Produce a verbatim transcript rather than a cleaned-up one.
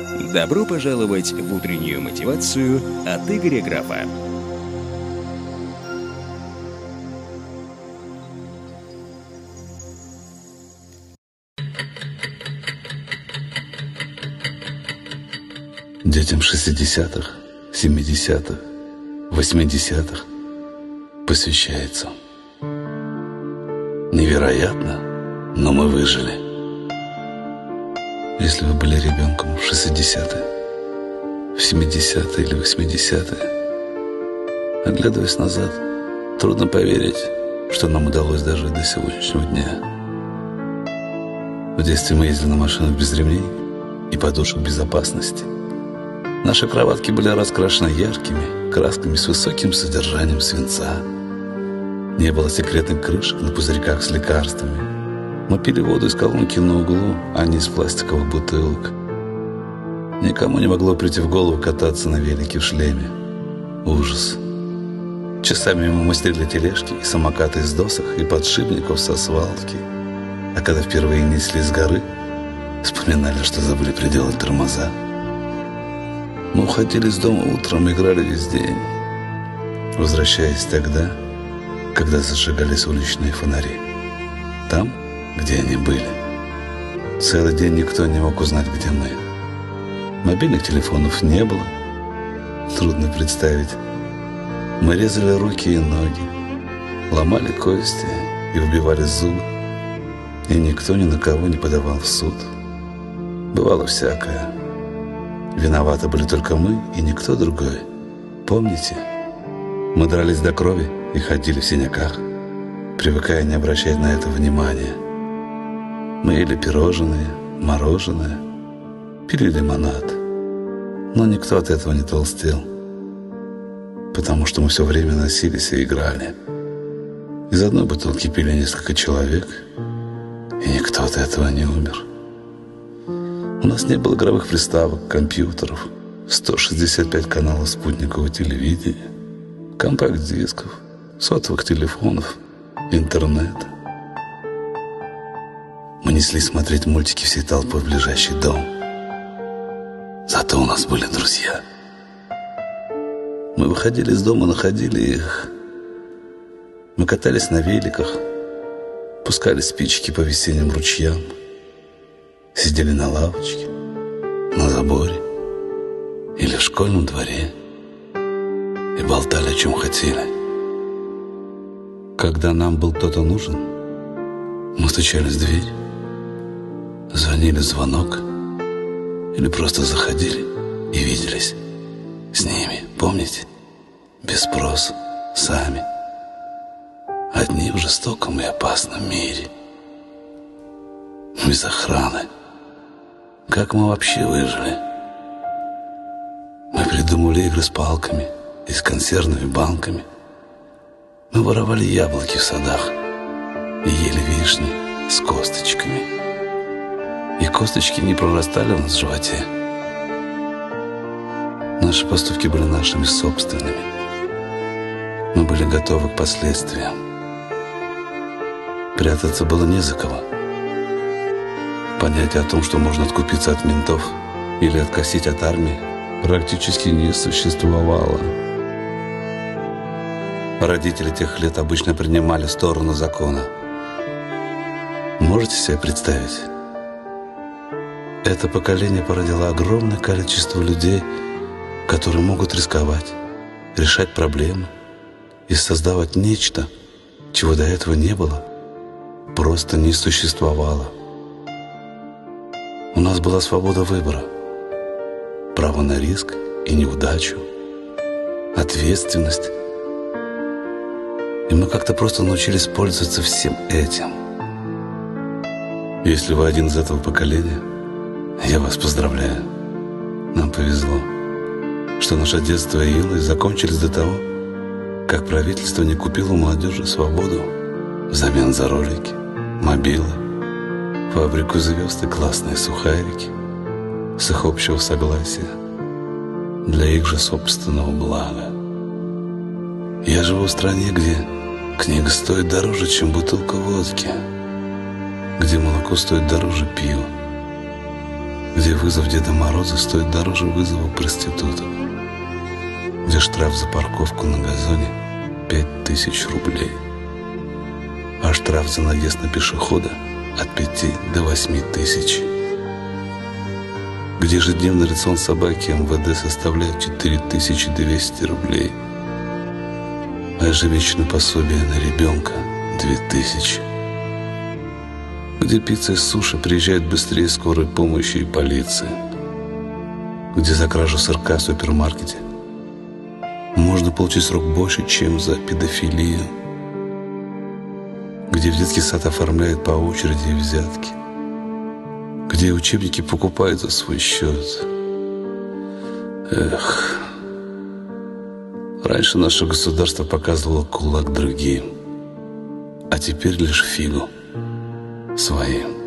Добро пожаловать в утреннюю мотивацию от Игоря Графа. Детям шестидесятых, семидесятых, восьмидесятых посвящается. Невероятно, но мы выжили. Если вы были ребенком в шестидесятые, в семидесятые или восьмидесятые, оглядываясь назад, трудно поверить, что нам удалось дожить до сегодняшнего дня. В детстве мы ездили на машинах без ремней и подушек безопасности. Наши кроватки были раскрашены яркими красками с высоким содержанием свинца. Не было секретных крышек на пузырьках с лекарствами. Мы пили воду из колонки на углу, а не из пластиковых бутылок. Никому не могло прийти в голову кататься на велике в шлеме. Ужас. Часами мы мастерили тележки и самокаты из досок и подшипников со свалки. А когда впервые несли с горы, вспоминали, что забыли приделать тормоза. Мы уходили из дома утром, играли весь день, возвращаясь тогда, когда зажигались уличные фонари. Там, где они были. Целый день никто не мог узнать, где мы. Мобильных телефонов не было. Трудно представить. Мы резали руки и ноги, ломали кости и выбивали зубы. И никто ни на кого не подавал в суд. Бывало всякое. Виноваты были только мы и никто другой. Помните? Мы дрались до крови и ходили в синяках, привыкая не обращать на это внимания. Мы ели пирожные, мороженое, пили лимонад. Но никто от этого не толстел, потому что мы все время носились и играли. Из одной бутылки пили несколько человек, и никто от этого не умер. У нас не было игровых приставок, компьютеров, сто шестьдесят пять каналов спутникового телевидения, компакт-дисков, сотовых телефонов, интернета. Мы неслись смотреть мультики всей толпой в ближайший дом. Зато у нас были друзья. Мы выходили из дома, находили их. Мы катались на великах, пускали спички по весенним ручьям, сидели на лавочке, на заборе или в школьном дворе и болтали, о чем хотели. Когда нам был кто-то нужен, мы стучались в дверь, звонили в звонок или просто заходили и виделись с ними, помните? Без спроса, сами, одни в жестоком и опасном мире, без охраны. Как мы вообще выжили? Мы придумывали игры с палками и с консервными банками. Мы воровали яблоки в садах и ели вишни с косточками. И косточки не прорастали у нас в животе. Наши поступки были нашими собственными. Мы были готовы к последствиям. Прятаться было не за кого. Понятие о том, что можно откупиться от ментов или откосить от армии, практически не существовало. Родители тех лет обычно принимали сторону закона. Можете себе представить? Это поколение породило огромное количество людей, которые могут рисковать, решать проблемы и создавать нечто, чего до этого не было, просто не существовало. У нас была свобода выбора, право на риск и неудачу, ответственность. И мы как-то просто научились пользоваться всем этим. Если вы один из этого поколения, я вас поздравляю. Нам повезло, что наше детство и юность закончились до того, как правительство не купило молодежи свободу взамен за ролики, мобилы, фабрику звезд и классные сухарики с их общего согласия для их же собственного блага. Я живу в стране, где книга стоит дороже, чем бутылка водки, где молоко стоит дороже пива, где вызов Деда Мороза стоит дороже вызова проституток, где штраф за парковку на газоне пять тысяч рублей, а штраф за наезд на пешехода от пяти до восьми тысяч, где ежедневный рацион собаки эм вэ дэ составляет четыре тысячи двести рублей, а ежемесячное пособие на ребенка две тысячи, где пицца и суши приезжают быстрее скорой помощи и полиции, где за кражу сырка в супермаркете можно получить срок больше, чем за педофилию, где в детский сад оформляют по очереди взятки, где учебники покупают за свой счет. Эх, раньше наше государство показывало кулак другим, а теперь лишь фигу своим.